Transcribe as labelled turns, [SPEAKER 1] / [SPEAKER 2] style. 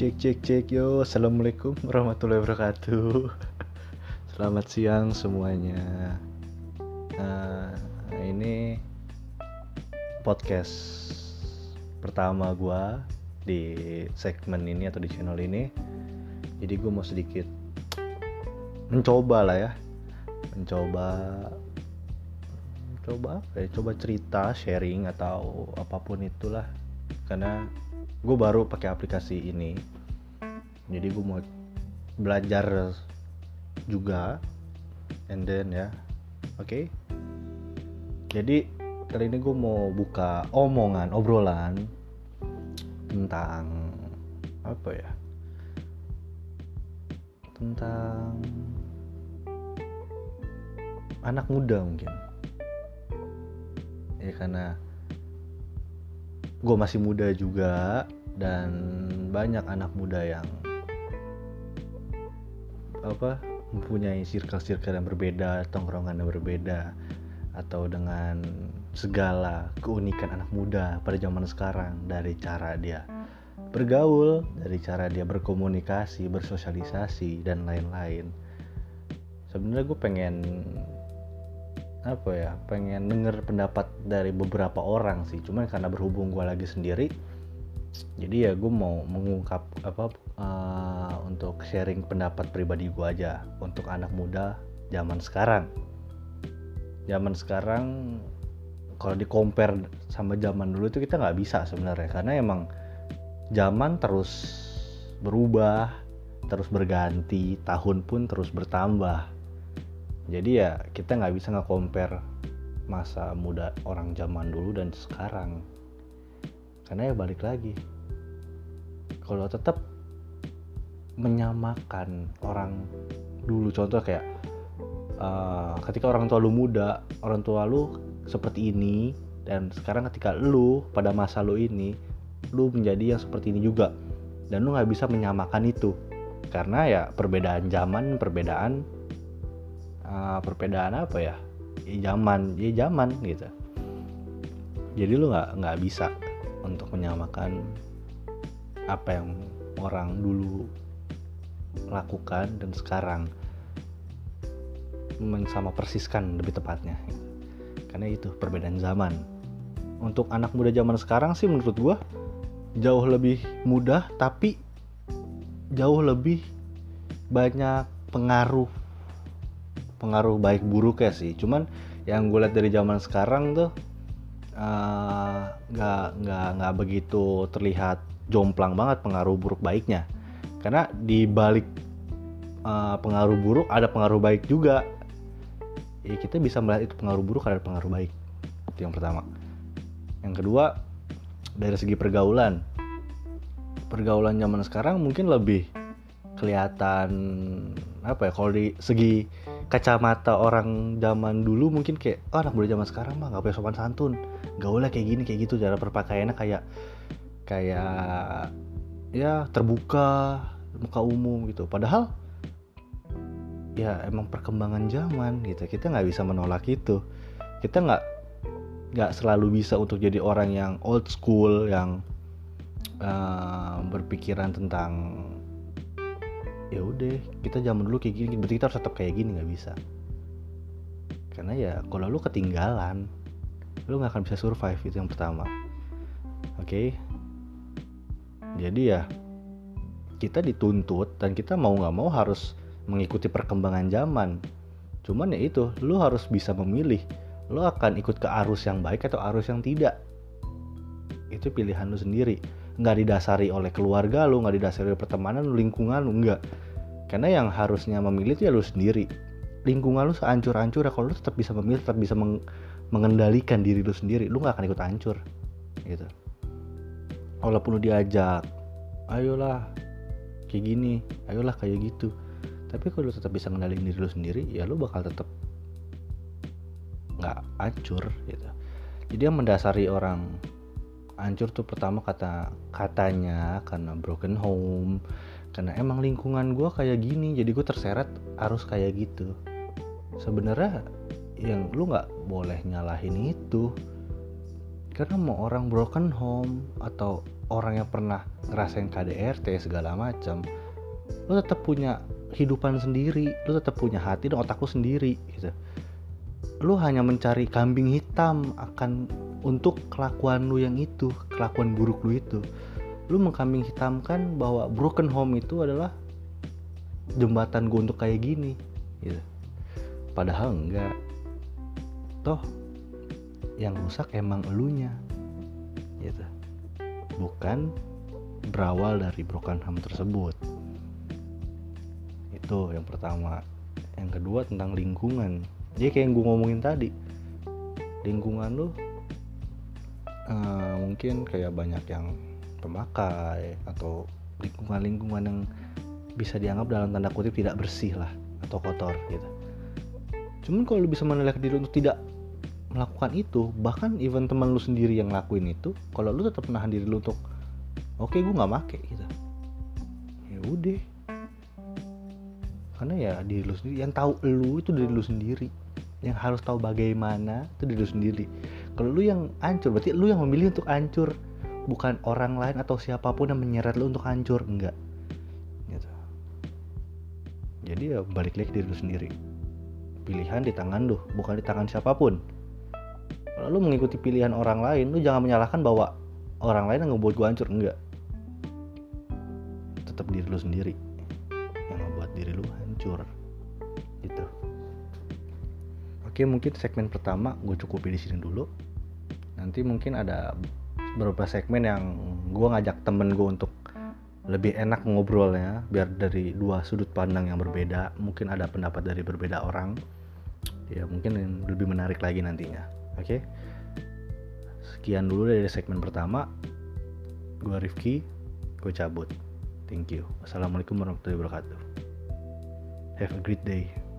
[SPEAKER 1] Cek yo. Assalamualaikum warahmatullahi wabarakatuh. Selamat siang semuanya. Ini podcast pertama gue di segmen ini atau di channel ini. Jadi gue mau sedikit mencoba lah ya, coba cerita, sharing atau apapun itulah, karena gue baru pakai aplikasi ini, jadi gue mau belajar juga, and then ya, oke. Jadi kali ini gue mau buka obrolan tentang apa ya? Tentang anak muda mungkin. Ya karena gue masih muda juga, dan banyak anak muda yang mempunyai circle yang berbeda, tongkrongan yang berbeda, atau dengan segala keunikan anak muda pada zaman sekarang, dari cara dia bergaul, dari cara dia berkomunikasi, bersosialisasi, dan lain-lain. Sebenarnya gue pengen denger pendapat dari beberapa orang sih, cuman karena berhubung gue lagi sendiri, jadi ya gue mau mengungkap untuk sharing pendapat pribadi gue aja untuk anak muda zaman sekarang. Kalau di compare sama zaman dulu itu kita nggak bisa sebenarnya, karena emang zaman terus berubah, terus berganti, tahun pun terus bertambah. Jadi ya kita nggak bisa nge-compare masa muda orang zaman dulu dan sekarang, karena ya balik lagi, kalau tetap menyamakan orang dulu, contoh kayak ketika orang tua lu muda, orang tua lu seperti ini, dan sekarang ketika lu pada masa lu ini, lu menjadi yang seperti ini juga, dan lu nggak bisa menyamakan itu, karena ya perbedaan zaman, perbedaan zaman gitu. Jadi lu nggak bisa untuk menyamakan apa yang orang dulu lakukan dan sekarang, sama persiskan lebih tepatnya, karena itu perbedaan zaman. Untuk anak muda zaman sekarang sih menurut gua jauh lebih mudah, tapi jauh lebih banyak pengaruh baik buruk ya sih. Cuman yang gue lihat dari zaman sekarang tuh nggak begitu terlihat jomplang banget pengaruh buruk baiknya, karena di balik pengaruh buruk ada pengaruh baik juga. Ya kita bisa melihat itu pengaruh buruk, ada pengaruh baik. Itu yang pertama. Yang kedua, dari segi pergaulan zaman sekarang mungkin lebih kelihatan kalau di segi kacamata orang zaman dulu mungkin kayak anak muda zaman sekarang mah nggak punya sopan santun, gaulnya kayak gini kayak gitu, cara berpakaiannya kayak ya terbuka, muka umum gitu. Padahal ya emang perkembangan zaman gitu, kita nggak bisa menolak itu. Kita nggak selalu bisa untuk jadi orang yang old school, yang berpikiran tentang ya udah kita zaman dulu kayak gini, berarti kita harus tetap kayak gini. Nggak bisa, karena ya kalau lu ketinggalan, lu nggak akan bisa survive. Itu yang pertama. Oke. Jadi ya kita dituntut, dan kita mau nggak mau harus mengikuti perkembangan zaman. Cuman ya itu, lu harus bisa memilih, lu akan ikut ke arus yang baik atau arus yang tidak. Itu pilihan lu sendiri, nggak didasari oleh keluarga lu, nggak didasari oleh pertemanan lu, lingkungan lu, nggak. Karena yang harusnya memilih itu ya lu sendiri. Lingkungan lu sehancur-hancur ya, kalau lu tetap bisa memilih, tetap bisa mengendalikan diri lu sendiri, lu nggak akan ikut hancur gitu. Walaupun lu diajak, ayolah kayak gini, ayolah kayak gitu, tapi kalau lu tetap bisa mengendalikan diri lu sendiri, ya lu bakal tetap nggak hancur gitu. Jadi yang mendasari orang hancur tuh pertama katanya karena broken home, karena emang lingkungan gue kayak gini, jadi gue terseret arus kayak gitu. Sebenarnya yang lu nggak boleh nyalahin itu, karena mau orang broken home atau orang yang pernah ngerasain KDRT segala macam, lu tetap punya hidupan sendiri, lu tetap punya hati dan otak lu sendiri gitu. Lu hanya mencari kambing hitam untuk kelakuan lu yang itu, kelakuan buruk lu itu. Lu mengkambing hitamkan bahwa broken home itu adalah jembatan gue untuk kayak gini gitu. Padahal enggak. Toh yang rusak emang elunya gitu. Bukan berawal dari broken home tersebut. Itu yang pertama. Yang kedua tentang lingkungan. Jadi kayak yang gue ngomongin tadi, lingkungan lu mungkin kayak banyak yang pemakai atau lingkungan yang bisa dianggap dalam tanda kutip tidak bersih lah atau kotor gitu. Cuman kalau lu bisa menilai diri untuk tidak melakukan itu, bahkan even teman lu sendiri yang ngelakuin itu, kalau lu tetap menahan diri lu untuk oke, gue nggak make gitu, ya udah. Karena ya diri lu sendiri yang tahu, lu itu diri lu sendiri yang harus tahu bagaimana itu diri lu sendiri. Kalau lu yang hancur, berarti lu yang memilih untuk hancur, bukan orang lain atau siapapun yang menyeret lu untuk hancur, enggak gitu. Jadi ya balik lagi diri lu sendiri, pilihan di tangan lu, bukan di tangan siapapun. Kalau lu mengikuti pilihan orang lain, lu jangan menyalahkan bahwa orang lain yang ngebuat gua hancur, enggak. Tetap diri lu sendiri yang ngebuat diri lu hancur gitu. Oke, mungkin segmen pertama gue cukupi di sini dulu. Nanti mungkin ada beberapa segmen yang gue ngajak temen gue untuk lebih enak ngobrolnya, biar dari dua sudut pandang yang berbeda. Mungkin ada pendapat dari berbeda orang, ya mungkin yang lebih menarik lagi nantinya. Oke, sekian dulu dari segmen pertama. Gue Rifki, gue cabut. Thank you. Wassalamualaikum warahmatullahi wabarakatuh. Have a great day.